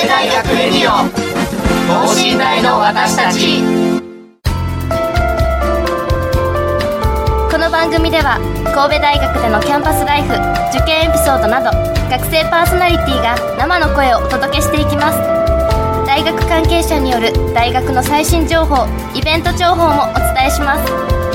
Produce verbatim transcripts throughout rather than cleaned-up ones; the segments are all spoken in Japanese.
戸大学レディオ等身大の私たち。 この番組では神戸大学でのキャンパスライフ、受験エピソードなど学生パーソナリティが生の声をお届けしていきます。大学関係者による大学の最新情報、イベント情報もお伝えします。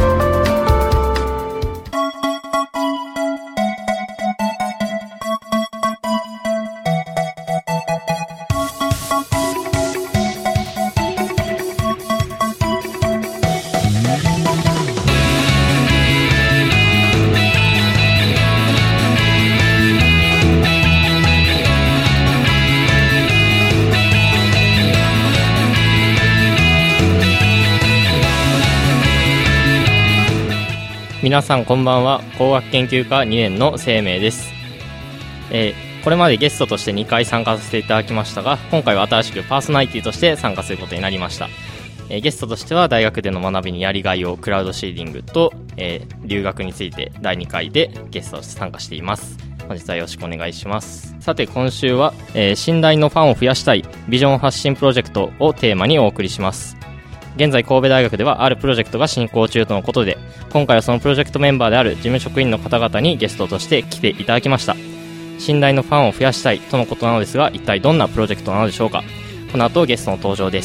皆さんこんばんは。工学研究科にねんの生命です。えー、これまでゲストとしてにかい参加させていただきましたが、今回は新しくパーソナリティとして参加することになりました。えー、ゲストとしては大学での学びにやりがいをクラウドシーディングと、えー、留学についてだいにかいでゲストとして参加しています。本日はよろしくお願いします。さて今週は、えー、信頼のファンを増やしたいビジョン発信プロジェクトをテーマにお送りします。現在神戸大学ではあるプロジェクトが進行中とのことで、今回はそのプロジェクトメンバーである事務職員の方々にゲストとして来ていただきました。信頼のファンを増やしたいとのことなのですが、一体どんなプロジェクトなのでしょうか。この後ゲストの登場です。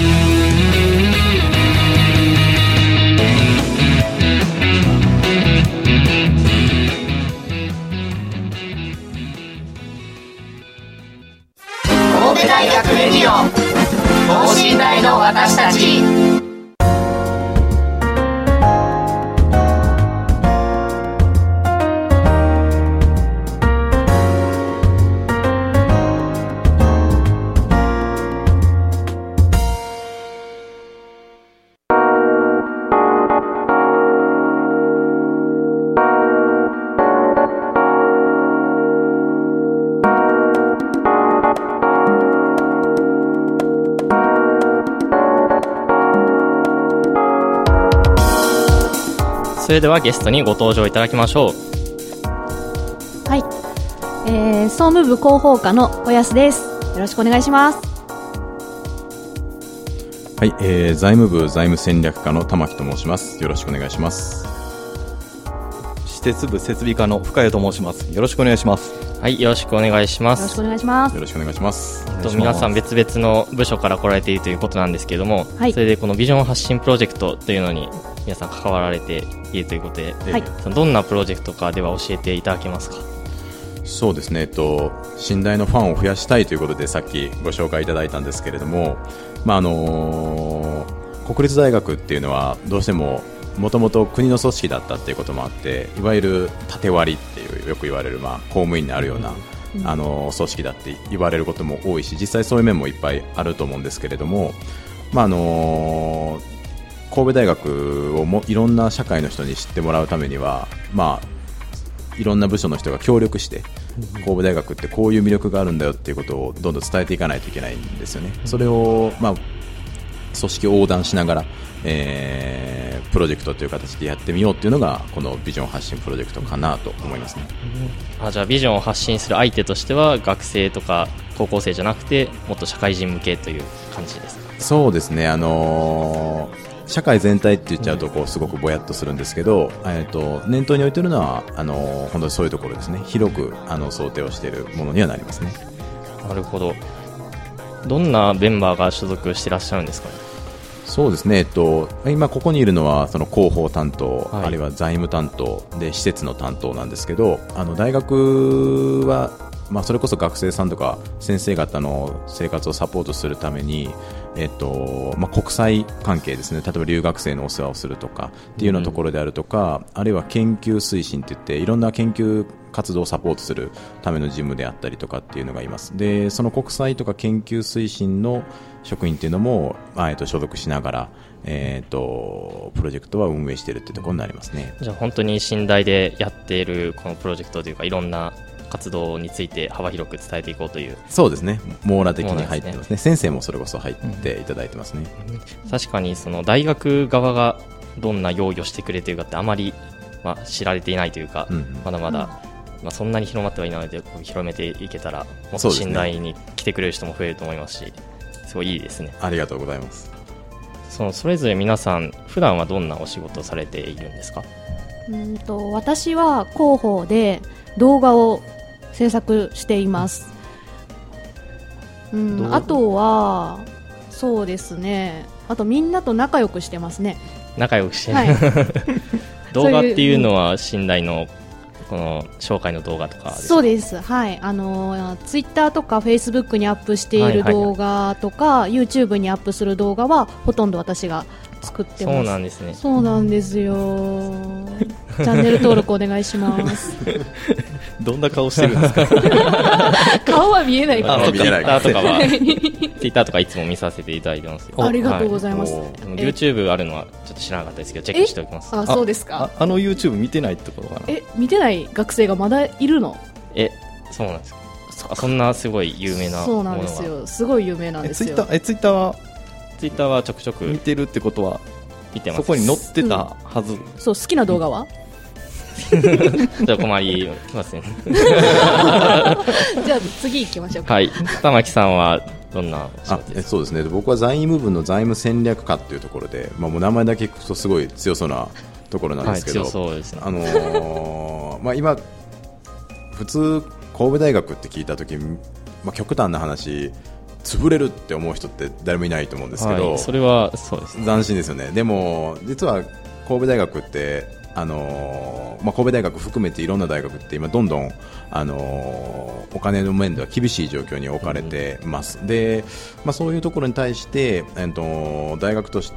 神戸大学レディオ等身大の私たち。 それではゲストにご登場いただきましょう。 はい、えー、総務部広報課の小安です。よろしくお願いします。 はい、えー、財務部財務戦略課の玉木と申します。よろしくお願いします。 施設部設備課の深谷と申します。よろしくお願いします。 はい、よろしくお願いします。 よろしくお願いします。 よろしくお願いします。 と皆さん別々の部署から来られているということなんですけれども、はい、それでこのビジョン発信プロジェクトというのに皆さん関わられているということで、はい、どんなプロジェクトかでは教えていただけますか。 そうですね、えっと、信頼のファンを増やしたいということでさっきご紹介いただいたんですけれども、まああのー、国立大学っていうのはどうしてももともと国の組織だったっていうこともあって、いわゆる縦割りっていうよく言われる、まあ、公務員にあるような、うん、あの組織だって言われることも多いし、実際そういう面もいっぱいあると思うんですけれども、まああのー神戸大学をもいろんな社会の人に知ってもらうためには、まあ、いろんな部署の人が協力して神戸大学ってこういう魅力があるんだよっていうことをどんどん伝えていかないといけないんですよね。それを、まあ、組織横断しながら、えー、プロジェクトという形でやってみようっていうのがこのビジョン発信プロジェクトかなと思いますね。 あ、じゃあビジョンを発信する相手としては学生とか高校生じゃなくてもっと社会人向けという感じですか。 そうですね、あのー社会全体って言っちゃうとこうすごくぼやっとするんですけど、えー、と念頭に置いているのはあの本当にそういうところですね。広くあの想定をしているものにはなりますね。 なるほど。どんなメンバーが所属していらっしゃるんですかね。 そうですね、えっと、今ここにいるのはその広報担当、はい、あるいは財務担当で施設の担当なんですけど、あの大学は、まあ、それこそ学生さんとか先生方の生活をサポートするために、えっとまあ、国際関係ですね、例えば留学生のお世話をするとかっていうようなところであるとか、うん、あるいは研究推進っていっていろんな研究活動をサポートするための事務であったりとかっていうのがいます。でその国際とか研究推進の職員っていうのも、まあ、えっと所属しながら、えー、とプロジェクトは運営しているというところになりますね。 じゃあ本当に信頼でやっているこのプロジェクトというかいろんな活動について幅広く伝えていこうという。そうですね、 網羅的に入ってますね。先生もそれこそ入っていただいてますね、 うん、確かにその大学側がどんな用意をしてくれているかってあまり、まあ、知られていないというか、うん、まだまだまあ、そんなに広まってはいないので、こう広めていけたらもっとそうですね信頼に来てくれる人も増えると思いますし、すごいいいですね。 ありがとうございます。 そのそれぞれ皆さん普段はどんなお仕事をされているんですか？ うんと私は広報で動画を制作しています。うん、あとはそうですね、あとみんなと仲良くしてますね。 仲良くして、 はい、 動画っていうのは信頼のこの紹介の動画とかですか？ そうです、はい、あのツイッターとかフェイスブックにアップしている動画とか、はいはいはい、YouTube にアップする動画はほとんど私が作ってます。 そうなんですね。 そうなんですよチャンネル登録お願いしますどんな顔してるんですか？ 顔は見えないから。 ツイッターとかはツイッターとかいつも見させていただいてますよ。 ありがとうございます、 はい、YouTube あるのはちょっと知らなかったですけどチェックしておきます。 あ、そうですか。 あ, あの YouTube 見てないってことかな。 え、見てない学生がまだいるの？ え、そうなんですか。 そ, そんなすごい有名なものが。 そうなんですよ、すごい有名なんですよ。 え、ツイッター、え、ツイッターはツイッターはちょくちょく見てるってことは見てます。 そこに載ってたはず、うん、 そう、好きな動画はちょっと困りますねじゃあ次行きましょうか。 はい、玉木さんはどんな仕あ事ですか？ そうですね、僕は財務部の財務戦略課というところで、まあ、もう名前だけ聞くとすごい強そうなところなんですけど、 はい、強そうですね。 あのーまあ、今普通神戸大学って聞いたとき、まあ、極端な話潰れるって思う人って誰もいないと思うんですけど、 はい、それはそうですね。 斬新ですよね。でも実は神戸大学ってあのーまあ、神戸大学含めていろんな大学って今どんどん、あのー、お金の面では厳しい状況に置かれてます、うん、で、まあ、そういうところに対して、えー、と大学として、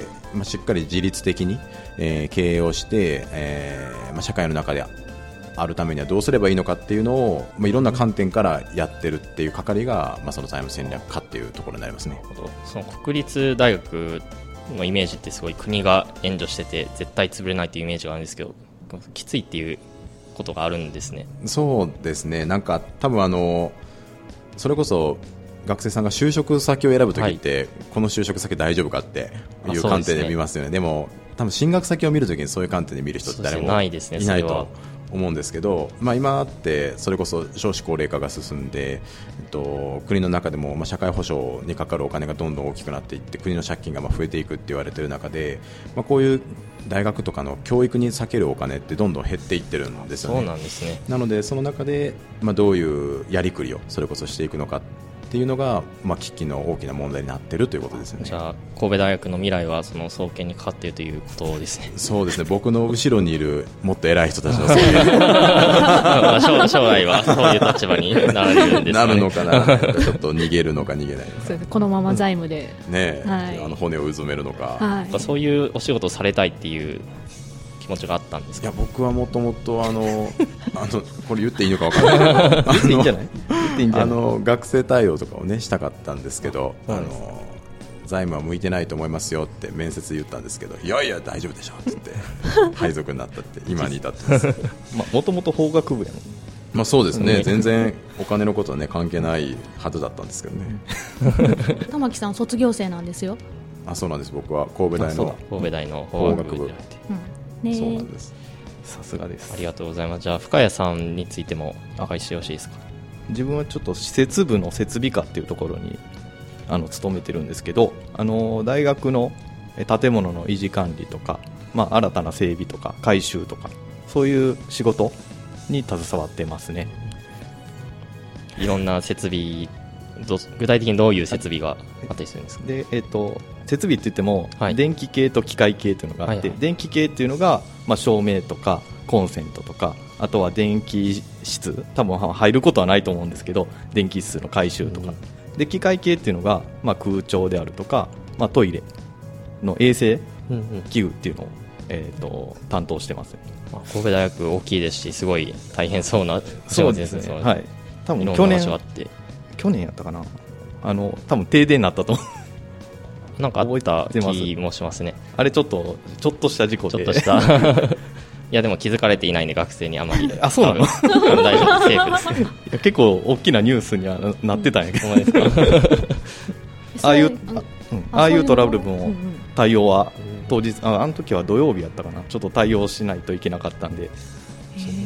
まあ、しっかり自律的に、えー、経営をして、えーまあ、社会の中であるためにはどうすればいいのかっていうのを、まあ、いろんな観点からやってるっていう係が、まあ、その財務戦略課っていうところになりますね。 その国立大学のイメージってすごい国が援助してて絶対潰れないというイメージがあるんですけど、きついっていうことがあるんですね。 そうですね、なんか多分あのそれこそ学生さんが就職先を選ぶときって、はい、この就職先大丈夫かっていう観点で見ますよね。 で, でも多分進学先を見るときにそういう観点で見る人って誰もいないと思うんですけど、まあ、今ってそれこそ少子高齢化が進んで、えっと、国の中でもまあ社会保障にかかるお金がどんどん大きくなっていって国の借金がまあ増えていくって言われている中で、まあ、こういう大学とかの教育に割けるお金ってどんどん減っていってるんですよね。 そうなんですね。 なのでその中で、まあ、どういうやりくりをそれこそしていくのかっていうのが、まあ、喫緊の大きな問題になっているということですよね。 じゃあ神戸大学の未来はその総研にかかっているということですね。 そうですね、僕の後ろにいるもっと偉い人たちの総研将, 将来はそういう立場になれるんですかね。 なるのかなちょっと逃げるのか逃げないのかそうこのまま財務で、 ね、 はい、 あの骨をうずめるのか、 はい、 そういうお仕事をされたいっていう気持ちがあったんですか？ いや僕はもともとあのあのこれ言っていいのか分からない言っていいんじゃないあの学生対応とかを、ね、したかったんですけど、あの財務は向いてないと思いますよって面接言ったんですけど、いやいや大丈夫でしょって言って配属になったって今に至ってますもともと法学部やもん。 まあ、そうですね、全然お金のことは、ね、関係ないはずだったんですけどね玉木さん卒業生なんですよ。 あ、そうなんです。僕は神戸大の神戸大の法学部で、 うん、ね、 そうなんです。 さすがです。 ありがとうございます。じゃあ深谷さんについてもお伺いしてよろしいですか？ 自分はちょっと施設部の設備課っていうところにあの勤めてるんですけど、あの大学の建物の維持管理とか、まあ、新たな整備とか改修とかそういう仕事に携わってますね。 いろんな設備、ど具体的にどういう設備があったりするんですか？ で、えーと、設備って言っても、はい、電気系と機械系というのがあって、はいはい、電気系っていうのが、まあ、照明とかコンセントとか、あとは電気室、多分入ることはないと思うんですけど電気室の改修とか、うん、で機械系っていうのが、まあ、空調であるとか、まあ、トイレの衛生器具っていうのを、えーと、担当してます、 まあ、神戸大学大きいですしすごい大変そうな仕事ですね。 そうですね、はい、多分去年去年やったかな、あの多分停電になったと思うなんかあった気もしますね。 あれちょっとちょっとした事故でちょっとしたいやでも気づかれていないんで学生にあまりあ、そうなの大丈夫、セーフです。 いや結構大きなニュースには な, なってたんやけど、うん、ああいう、あ、うん、ああいうトラブルも対応は当日 あ, あの時は土曜日やったかな、ちょっと対応しないといけなかったんで気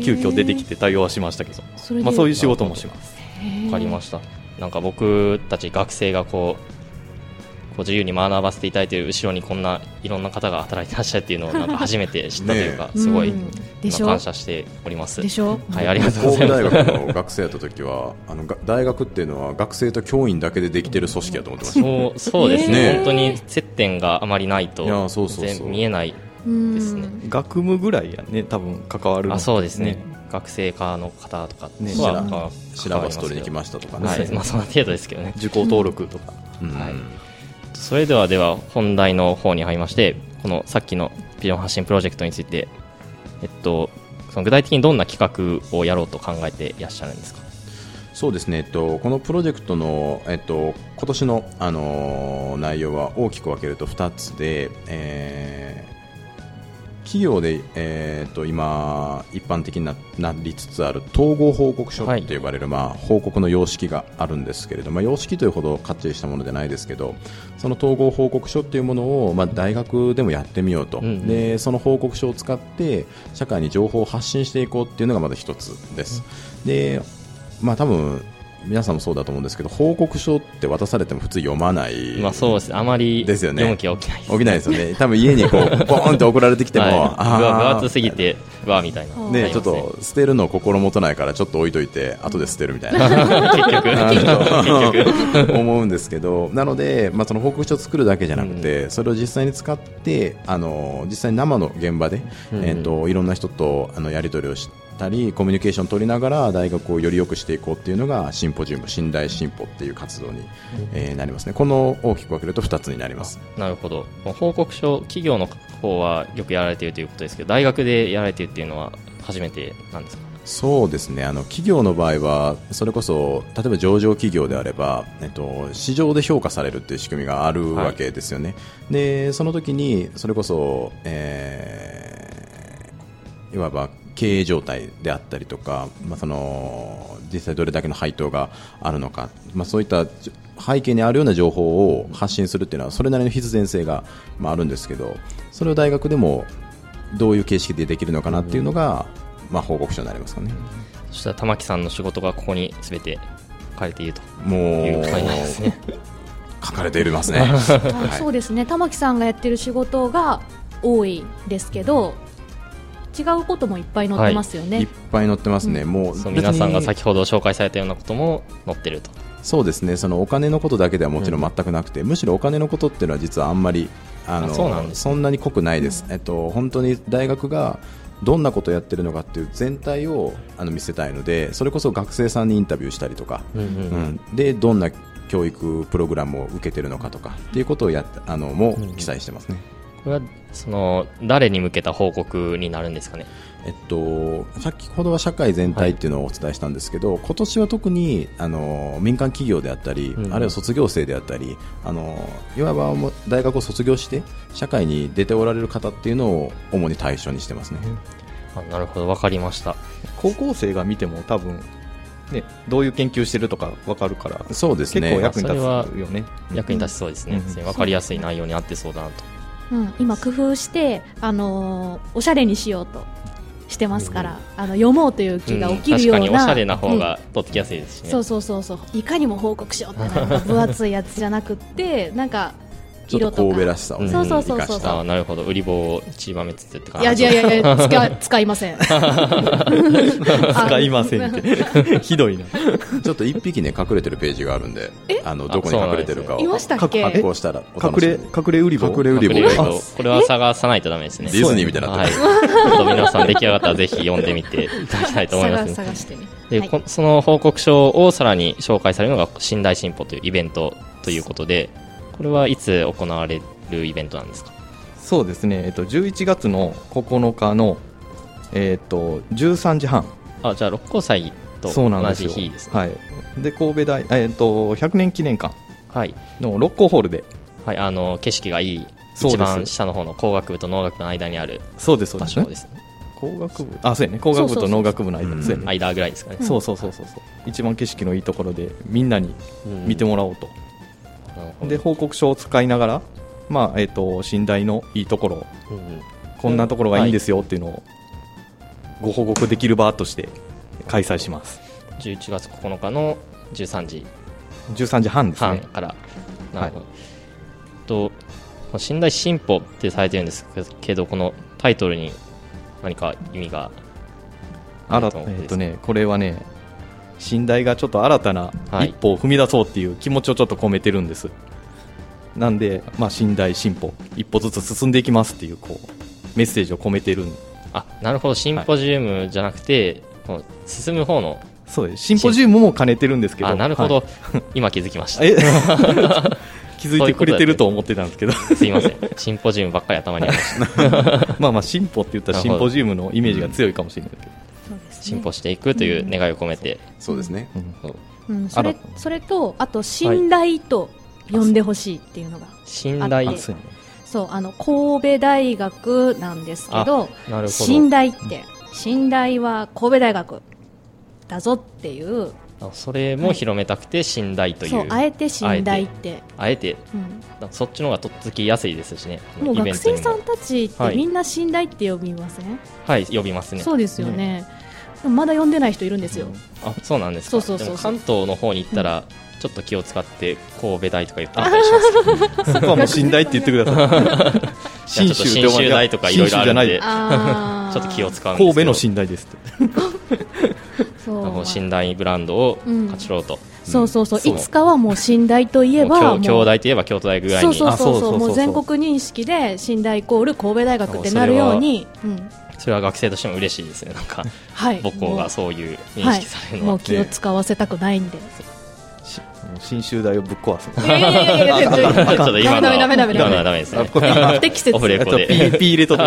急遽出てきて対応はしましたけど、 それでまあ、そういう仕事もします。 わかりました。なんか僕たち学生がこうこう自由に学ばせていただいている後ろにこんないろんな方が働いてらっしゃるっていうのをなんか初めて知ったというか、すごい感謝しております。 でしょ。 はい、ありがとうございます。 神戸大学の学生やった時はあの大学っていうのは学生と教員だけでできてる組織やと思ってました。 そうそうですね、えー、本当に接点があまりないと全然見えないですね。 学務ぐらいやね、多分関わるの、ね、 あそうですね、学生科の方とかね、シラバス取りに来ましたとかね、 はい、まあ、その程度ですけどね、 受講登録とか、 うんはい、それではでは本題の方に入りまして、このさっきのビジョン発信プロジェクトについて、えっと、その具体的にどんな企画をやろうと考えていらっしゃるんですか。 そうですね、えっと、このプロジェクトの、えっと、今年の、あのー、内容は大きく分けるとふたつで、えー企業で、えー、と今一般的に な, なりつつある統合報告書と呼ばれる、はいまあ、報告の様式があるんですけれども、まあ、様式というほどかっちりしたものではないですけど、その統合報告書というものを、まあ、大学でもやってみようと、うんうん、でその報告書を使って社会に情報を発信していこうというのがまず一つです、うん、で、まあ、多分皆さんもそうだと思うんですけど、報告書って渡されても普通読まない、 まあ、そうですね、あまり読む気は起きないです、ね、 起きないですよね。多分家にこうボーンって送られてきても、はい、 分厚すぎてわみたいな、 ね、ね、ちょっと捨てるの心もとないからちょっと置いといて後で捨てるみたいな結局結局思うんですけど、なので、まあ、その報告書を作るだけじゃなくて、うん、それを実際に使ってあの実際に生の現場で、うんえー、といろんな人とあのやり取りをしてコミュニケーションを取りながら大学をより良くしていこうっていうのがシンポジウム、信頼進歩っていう活動に、えー、なりますね。この大きく分けるとふたつになります。 なるほど。報告書、企業の方はよくやられているということですけど、大学でやられているっていうのは初めてなんですか。 そうですね、あの企業の場合はそれこそ例えば上場企業であれば、えっと、市場で評価されるっていう仕組みがあるわけですよね、はい、でその時にそれこそ、えー、いわば経営状態であったりとか、まあ、その実際どれだけの配当があるのか、まあ、そういった背景にあるような情報を発信するっていうのはそれなりの必然性が、まあ、あるんですけど、それを大学でもどういう形式でできるのかなっていうのが、まあ、報告書になりますかね。 そしたら玉木さんの仕事がここに全て書かれているということになりますね。 書かれていますね。 はい、そうですね、玉木さんがやってる仕事が多いですけど違うこともいっぱい載ってますよね、 はい、いっぱい載ってますね、うん、もうそう皆さんが先ほど紹介されたようなことも載ってると。 そうですね、そのお金のことだけではもちろん全くなくて、うん、むしろお金のことっていうのは実はあんまりあの そ, うそんなに濃くないです、うんえっと、本当に大学がどんなことをやってるのかっていう全体をあの見せたいので、それこそ学生さんにインタビューしたりとか、うんうんうんうん、でどんな教育プログラムを受けてるのかとかっていうことをやあのも記載してますね、 うん、これはその誰に向けた報告になるんですかね。 えっと、先ほどは社会全体っていうのをお伝えしたんですけど、はい、今年は特にあの民間企業であったり、うん、あるいは卒業生であったり、あのいわば大学を卒業して社会に出ておられる方っていうのを主に対象にしてますね、 うん、あなるほど、分かりました。 高校生が見ても多分ね、どういう研究してるとか分かるから、 そうですね、 結構役に立つよね。 役に立ちそうですね、うん、分かりやすい内容になってそうだなと、 うん、今工夫して、あのー、おしゃれにしようとしてますから、うん、あの読もうという気が起きるような、うん、 確かにおしゃれな方がとっつきやすいですしね、 うん、そうそうそうそう、いかにも報告しようってなんか分厚いやつじゃなくってなんかちょっと神戸らしさを、ね、 そうそうそうそう、 あなるほど、売り棒をちりばめつつって感じ。いやいやいや使, 使いません使いませんってひどいな。 ちょっと一匹ね隠れてるページがあるんで、あのどこに隠れてるかをいましたっけ。 発行したら隠れ隠れ売り棒、 隠れ売り棒、 これは探さないとダメですね。 ディズニーみたいになってる、 はい、と皆さん出来上がったらぜひ読んでみていただきたいと思います、ね、 探してね。 で、はい、その報告書をさらに紹介されるのが信頼進歩というイベントということで、これはいつ行われるイベントなんですか。 そうですね、えっと、じゅういちがつのここのかの、えっと、じゅうさんじはん、 あじゃあ六甲祭と同じ日ですね。 はい、で神戸大、えっと、ひゃくねん記念館の六甲ホールで、 はい、あの景色がいい一番下の方の工学部と農学部の間にあるそうです場所ですね。 工学部、あ、そうやね、工学部と農学部の間ですね、 間ぐらいですかね、 うん、そうそうそうそう、一番景色のいいところでみんなに見てもらおうと、うん、で報告書を使いながら、まあえー、と信頼のいいところ、うん、こんなところがいいんですよっていうのをご報告できる場として開催します。 じゅういちがつここのかのじゅうさんじじゅうさんじはんですね。 半からなるほど、はい、と寝台進歩ってされてるんですけど、このタイトルに何か意味があら、えーとね、これはね、寝台がちょっと新たな一歩を踏み出そうっていう気持ちをちょっと込めてるんです、はい、なんで、まあ、寝台進歩一歩ずつ進んでいきますっていう、こうメッセージを込めてるん。 あ、なるほど、シンポジウムじゃなくて、はい、この進む方の、 そうです、シンポジウムも兼ねてるんですけど。 あ、なるほど、はい、今気づきました。え気づいてくれてると思ってたんですけどすいません、シンポジウムばっかり頭にありましたまあまあ進歩って言ったらシンポジウムのイメージが強いかもしれないけど、 進歩していくという願いを込めて、うん、 そうですね、 うんうん、それそれとあと信頼と呼んでほしいっていうのがあって、 信頼、 そう、あの神戸大学なんですけど、なるほど、信頼って信頼は神戸大学だぞっていう、 それも広めたくて信頼という、 そう、あえて信頼ってあえて、うん、そっちの方がとっつきやすいですしね。 もう学生さんたちってみんな信頼って呼びません？ はい、呼びますね。 そうですよね、うん、でもまだ呼んでない人いるんですよ、うん、 あ、そうなんですか。 そうそうそうそう、 でも関東の方に行ったら、うん、ちょっと気を使って神戸大とか言ってたりしますそこはもう信頼って言ってください信州信州大とかいろいろあるんでちょっと気を使うんですけど、 神戸の信頼ですってそう、信頼ブランドを勝ちろうと、 うん、そうそうそう、いつかはもう信頼といえば京大といえば京都大ぐらいに、 そうそうそうそう、もう全国認識で信頼イコール神戸大学ってなるように、 それは、うん、それは学生としても嬉しいですね。なんか、はい、母校がそういう認識されるのは、 はい、もう気を使わせたくないんで、 信州大をぶっ壊す。 いやいやいやいやいや、ちょっと今のはダメダメダメダメですね。 不適切。 オフレコでピー入れとく。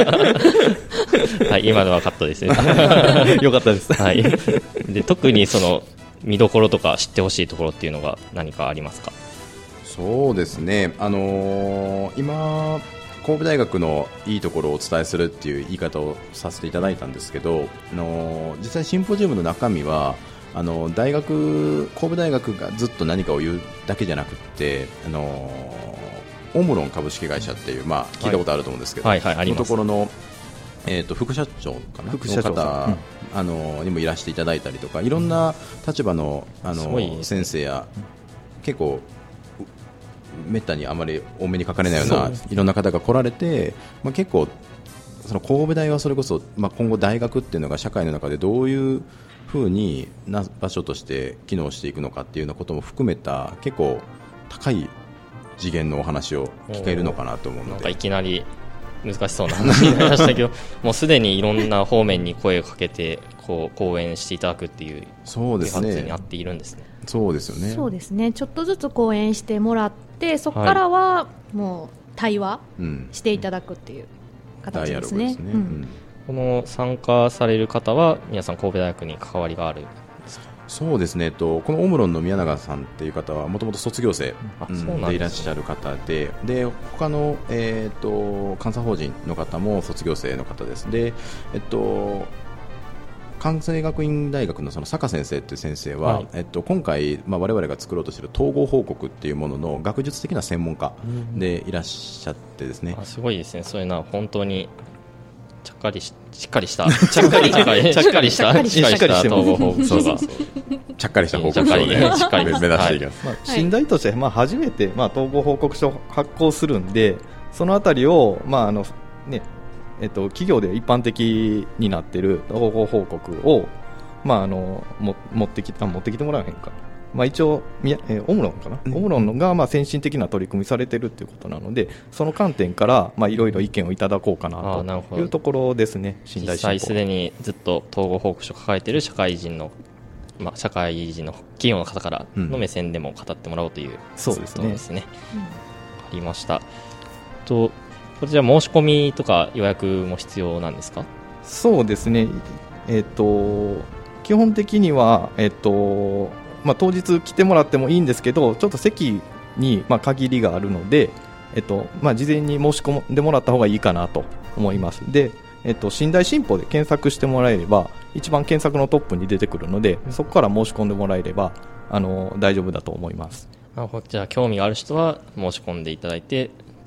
はい、今のはカットですね。 よかったです。 はい。で、特にその見どころとか知ってほしいところっていうのが何かありますか？ そうですね。あのー、今神戸大学のいいところをお伝えするっていう言い方をさせていただいたんですけど、あのー、実際シンポジウムの中身は。あの大学神戸大学がずっと何かを言うだけじゃなくて、あのオムロン株式会社っていう、まあ、聞いたことあると思うんですけど、 はいはいはい、あります。 そのところの、えー、と副社長かな、副社長の方、うん、あのにもいらしていただいたりとか、いろんな立場の、あの先生や、結構めったにあまり多めに書かれないようないろんな方が来られて、まあ、結構その神戸大はそれこそ、まあ、今後大学っていうのが社会の中でどういう風にな場所として機能していくのかっていうようなことも含めた結構高い次元のお話を聞けるのかなと思うので、 なんかいきなり難しそうな話になりましたけどもうすでにいろんな方面に声をかけてこう講演していただくっていうそうですね、 にあっているんですね。 そうですよね。 そうですね、ちょっとずつ講演してもらってそこからはもう対話していただくっていう形ですね。 ダイアログですね、うん、 この参加される方は皆さん神戸大学に関わりがあるんですか？ そうですね、えっと、このオムロンの宮永さんっていう方はもともと卒業生でいらっしゃる方で、で他の、えー、っと監査法人の方も卒業生の方です。で、えっと関西学院大学のその坂先生という先生は、はい、えっと、今回、まあ、我々が作ろうとしている統合報告っていうものの学術的な専門家でいらっしゃってですね、 あ、すごいですね。そういうのは本当にちゃっかりし、しっかりしたちゃっかりちゃっかりちゃっかりしたしっかりした統合報告書がちゃっかりした報告書を、ね、目指していきます、はいまあ、信頼として、まあ、初めて、まあ、統合報告書を発行するんで、そのあたりを、まああのねえっと、企業で一般的になっている統合報告を、まあ、あのも持ってきあ持ってきてもらえへんか、まあ、一応みや、えー、オムロンかな、うん、オムロンがまあ先進的な取り組みされているということなので、その観点からいろいろ意見をいただこうかなというところですね。信頼進歩、 実際すでにずっと統合報告書を抱えている社会人の、まあ、社会人の企業の方からの目線でも語ってもらおうという、うん、 そうですね。 ですね、うん、ありました。とこれじゃ申し込みとか予約も必要なんですか？ そうですね、えー、と基本的には、えーとまあ、当日来てもらってもいいんですけど、ちょっと席に、まあ、限りがあるので、えーとまあ、事前に申し込んでもらった方がいいかなと思います。で、えーと、信頼進歩で検索してもらえれば一番検索のトップに出てくるので、そこから申し込んでもらえればあの大丈夫だと思います。 あ、じゃあ興味がある人は申し込んでいただいて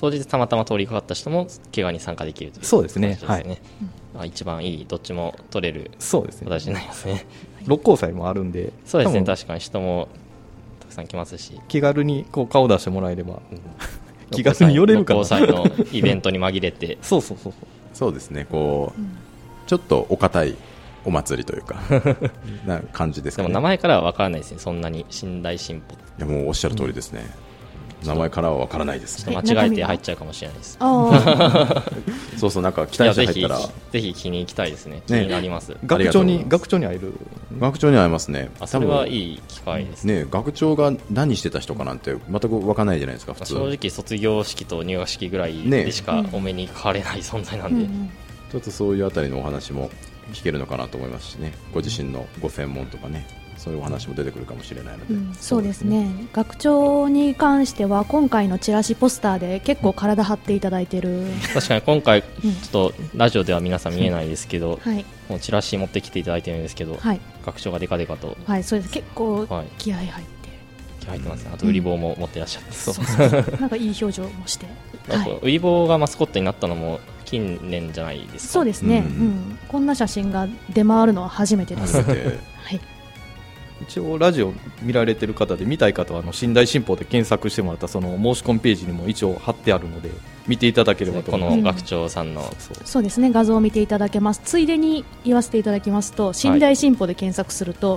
当日たまたま通りかかった人も怪我に参加できるというそうですね、 形ですね、はい、一番いいどっちも取れるそうですね形になりますね。 六甲祭もあるんで、 そうですね、確かに人もたくさん来ますし、 気軽にこう顔出してもらえれば、うん、気軽に寄れるかな。 六甲祭のイベントに紛れてそうそうそうそうですね、こう、うん、ちょっとお堅いお祭りというかな感じですかね。 でも名前からは分からないですね、そんなに寝台神保。 いやもうおっしゃる通りですね、うん、名前からは分からないです、 ね、ちょっと間違えて入っちゃうかもしれないです。 そうそう、なんか期待して入ったらぜひ、ぜひ気に行きたいですね、気になります、ね、 学長に学長に会える学長に会えますね。 あ、それはいい機会ですね。 ね、学長が何してた人かなんて全く分からないじゃないですか、普通。 正直卒業式と入学式ぐらいでしかお目にかかれない存在なんで、ね、うん、 ちょっとそういうあたりのお話も聞けるのかなと思いますしね、ご自身のご専門とかね、そういうお話も出てくるかもしれないので、うん、 そうですね、学長に関しては今回のチラシポスターで結構体張っていただいてる。 確かに今回ちょっとラジオでは皆さん見えないですけど、はい、もうチラシ持ってきていただいてるんですけど、はい、学長がデカデカと、 はい、そうです、結構気合入って、はい、 気合入ってますね。あと売り棒も持ってらっしゃって、うん、 そうそうなんかいい表情もして、 はい、売り棒がマスコットになったのも近年じゃないですか。 そうですね、うんうん、こんな写真が出回るのは初めてですはい、 一応ラジオ見られてる方で見たい方はあの寝台神保で検索してもらったその申し込みページにも一応貼ってあるので見ていただければと思います。 この学長さんの、うん、 そう、そうですね、画像を見ていただけます。ついでに言わせていただきますと、寝台神保で検索すると、はい、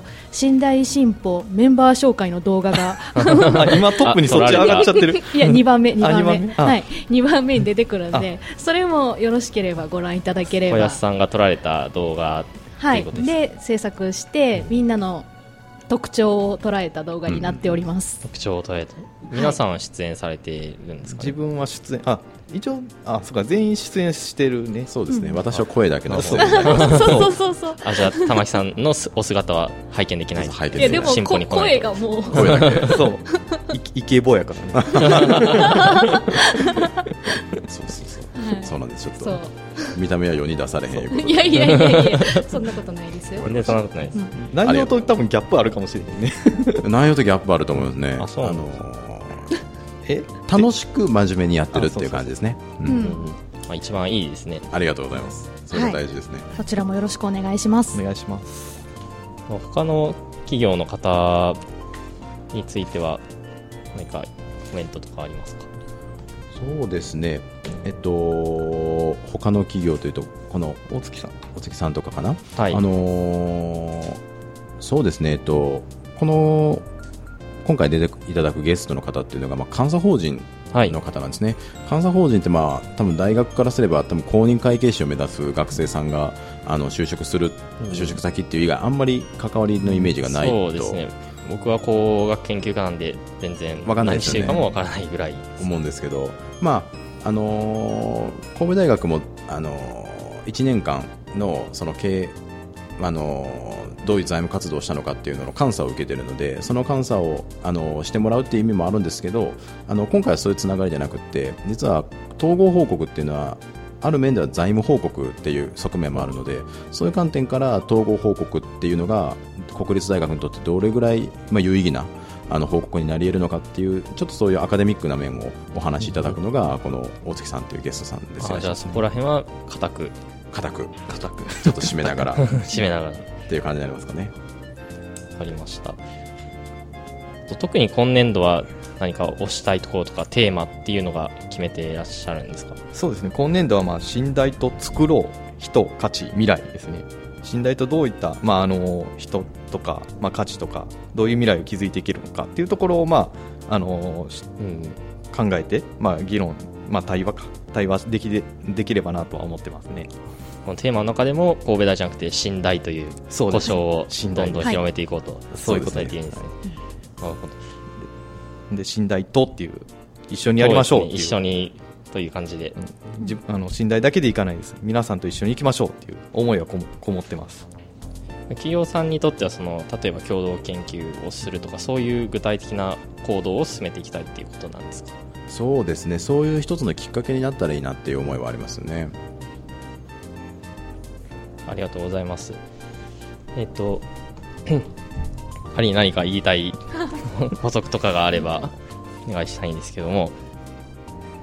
寝台神保メンバー紹介の動画が今トップにそっち上がっちゃってるいやにばんめにばんめはい、にばんめに出てくるんで、それもよろしければご覧いただければ。 小安さんが撮られた動画はい、で制作してみんなの特徴を捉えた動画になっております、 うん、特徴を捉えた。皆さんは出演されているんですかね。 自分は出演、あ、一応、あ、そうか、全員出演してるね。 そうですね、うん、私は声だけのそうそうそうそう。 あ、じゃあ玉木さんのお姿は拝見できない。 拝見できない。いやでもこ声がもう声だけそうイケボやからねそうそうそう、はい、そうなんです。ちょっと見た目は世に出されへんいうことで。 いやいやいやいやそんなことないですよ。 全然そんなことないです、うん、 内容と多分ギャップあるかもしれないね内容とギャップあると思いますね。 あ、そうなんですか。 え楽しく真面目にやってるっていう感じですね。 一番いいですね。 ありがとうございます。それが大事ですね、はい、 そちらもよろしくお願いします。 お願いします。 他の企業の方については何かコメントとかありますか。 そうですね、えっと他の企業というとこの大月さん大月さんとかかな、はい、あのー、そうですね、えっとこの今回出ていただくゲストの方っていうのが、まあ、監査法人の方なんですね、はい、監査法人って、まあ、多分大学からすれば多分公認会計士を目指す学生さんがあの就職する、うん、就職先っていう以外あんまり関わりのイメージがないと。 そうですね、僕は工学研究科なんで全然何してるかもわからないぐらい思うんですけど、まああのー、神戸大学も、あのー、いちねんかんのその経営、あのー、どういう財務活動をしたのかっていうのの監査を受けているので、その監査を、あのー、してもらうっていう意味もあるんですけど、あの今回はそういうつながりじゃなくて、実は統合報告っていうのはある面では財務報告っていう側面もあるので、そういう観点から統合報告っていうのが国立大学にとってどれぐらい、まあ、有意義なあの報告になり得るのかっていう、ちょっとそういうアカデミックな面をお話しいただくのがこの大月さんというゲストさんです。 あ、じゃあそこら辺は固く固く固くちょっと締めながら締めながらっていう感じになりますかね。 わかりました。特に今年度は何か推したいところとかテーマっていうのが決めていらっしゃるんですか。 そうですね、今年度はまあ寝台と作ろう人価値未来ですね。寝台とどういった、まあ、あの人とか、まあ、価値とかどういう未来を築いていけるのかっていうところを、まああのうん、考えて、まあ、議論、まあ、対話か対話できで、できればなとは思ってますね。 このテーマの中でも神戸大じゃなくて寝台という故障をどんどん広めていこうと、はい、そういうことができるんですね。なるほど。 で寝台とっていう一緒にやりましょうっていう、 一緒にという感じで、 うん、あの寝台だけでいかないです。皆さんと一緒に行きましょうっていう思いがこも、こもってます。 企業さんにとってはその例えば共同研究をするとかそういう具体的な行動を進めていきたいっていうことなんですか。 そうですね、そういう一つのきっかけになったらいいなっていう思いはありますよね。 ありがとうございます。えっと仮に何か言いたい補足とかがあればお願いしたいんですけども。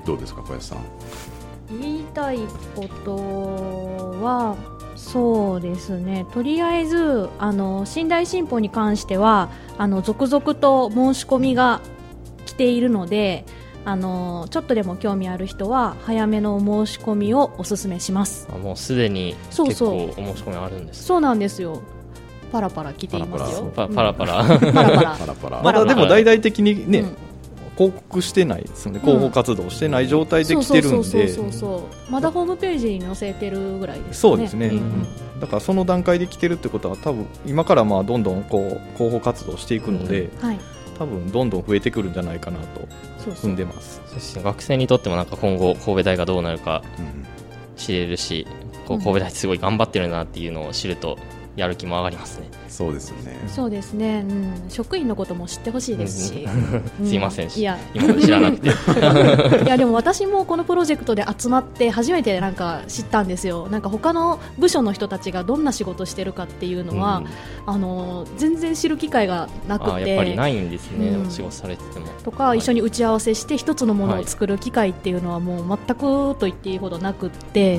どうですか小安さん。 言いたいことはそうですね、とりあえずあの寝台新報に関してはあの続々と申し込みが来ているので、あのちょっとでも興味ある人は早めの申し込みをお勧めします。 あ、もうすでに結構お申し込みあるんです。 そうなんですよ。パラパラ来ていますよ。 パラパラパラパラパラパラまだでも大々的にね、 うん広告してないですよね、広報活動してない状態で来てるんで、 まだホームページに載せてるぐらいですね。 そうですね、 うんうん、 だからその段階で来てるってことは多分今からまあどんどんこう広報活動していくので、 うん、はい、 多分どんどん増えてくるんじゃないかなと踏んでます。 そうですね、学生にとってもなんか今後神戸大がどうなるか知れるし、こう神戸大ってすごい頑張ってるなっていうのを知るとやる気も上がりますね。 そうですね。 そうですね、うん、職員のことも知ってほしいですし、 うん、すいません、 いや今知らなくていやでも私もこのプロジェクトで集まって初めてなんか知ったんですよ。なんか他の部署の人たちがどんな仕事してるかっていうのは、うん、あの全然知る機会がなくて、 あ、やっぱりないんですね、うん、お仕事されててもとか、はい、一緒に打ち合わせして一つのものを作る機会っていうのはもう全くと言っていいほどなくって、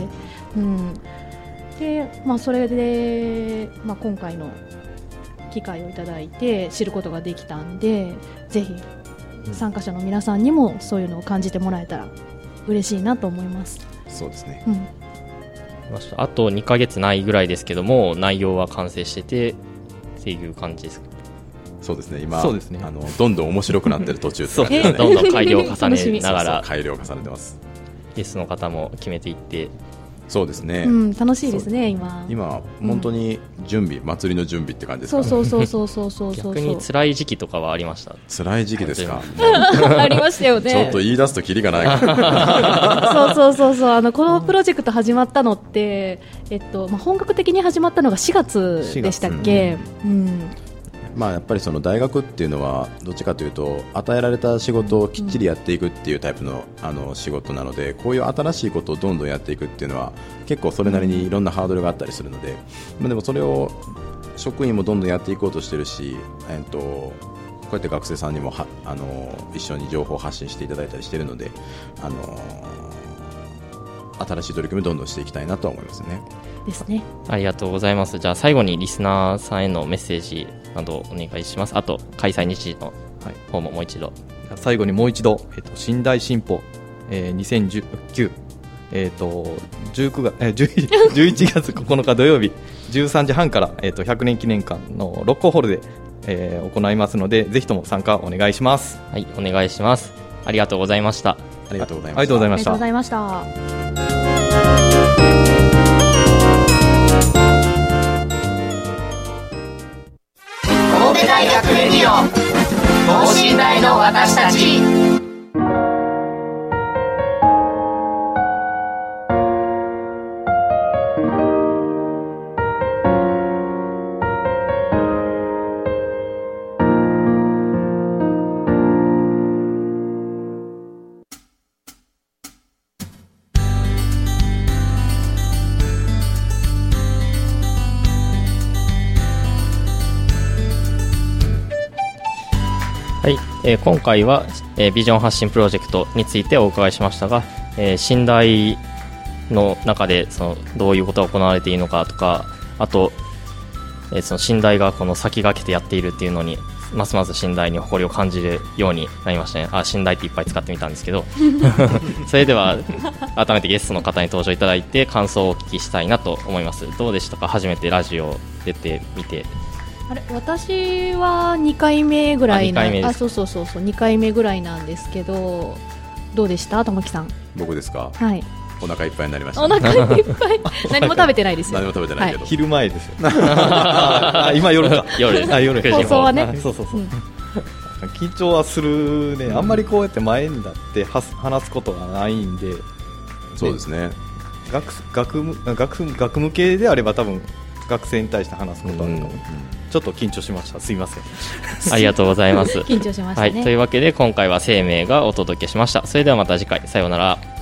うん、でまあ、それで、まあ、今回の機会をいただいて知ることができたんで、ぜひ参加者の皆さんにもそういうのを感じてもらえたら嬉しいなと思います。 そうですね、 うん、 あとにかげつないぐらいですけども、内容は完成しててっていう感じですか。 そうですね、今そうですね、 あのどんどん面白くなってる途中ですねどんどん改良を重ねながらそうそう改良を重ねてます。 ゲストの方も決めていって、 そうですね、 うん、楽しいですね。今今本当に準備、うん、祭りの準備って感じですかね。 そうそうそうそうそうそう逆に辛い時期とかはありました？ 辛い時期ですかありましたよね。 ちょっと言い出すとキリがないからそうそうそうそう、あのこのプロジェクト始まったのって、えっとまあ、本格的に始まったのがしがつでしたっけ。うん、うんまあ、やっぱりその大学っていうのはどっちかというと与えられた仕事をきっちりやっていくっていうタイプ の, あの仕事なので、こういう新しいことをどんどんやっていくっていうのは結構それなりにいろんなハードルがあったりするので、まあ、でもそれを職員もどんどんやっていこうとしてるし、えー、とこうやって学生さんにもはあの一緒に情報を発信していただいたりしているので、あの新しい取り組みをどんどんしていきたいなとは思いますね。 ですね。 ありがとうございます。じゃあ最後にリスナーさんへのメッセージなどお願いします。あと開催日時の方ももう一度、はい、 最後にもう一度、えっと、寝台新報、えー、にせんじゅうきゅう、えっと、じゅうくがつ、えー、じゅういちがつここのか土曜日じゅうさんじはんから、えっと、ひゃくねん記念館の六甲ホールで、えー、行いますので、ぜひとも参加お願いします。 はい、お願いします。ありがとうございました。 ありがとうございました。 ありがとうございました。 ありがとうございました。 神戸大学レディオ等身大の私たち。 はい、えー、今回は、えー、ビジョン発信プロジェクトについてお伺いしましたが、えー、寝台の中でそのどういうことが行われているのかとか、あと、えー、その寝台がこの先駆けてやっているっていうのにますます寝台に誇りを感じるようになりましたね。あ、寝台っていっぱい使ってみたんですけどそれでは改めてゲストの方に登場いただいて感想をお聞きしたいなと思います。どうでしたか？初めてラジオ出てみて。 あれ、私はにかいめぐらいな、 あ、にかいめです。 あ、そうそうそうそう、にかいめぐらいなんですけど、どうでした玉木さん？ 僕ですか？ はい、 お腹いっぱいになりました。 お腹いっぱい何も食べてないですよ。 何も食べてないけど、 はい、昼前ですよあ、今夜か夜です。 あ、夜放送はね、 そうそうそう、うん、緊緊張はするね。あんまりこうやって前になっては話すことがないんで、 そうですね、 学学学学務系であれば多分学生に対して話すことあると思う、うんうん、ちょっと緊張しました。すいませんありがとうございます緊張しましたね、 はい、というわけで今回は生命がお届けしました。それではまた次回、さようなら。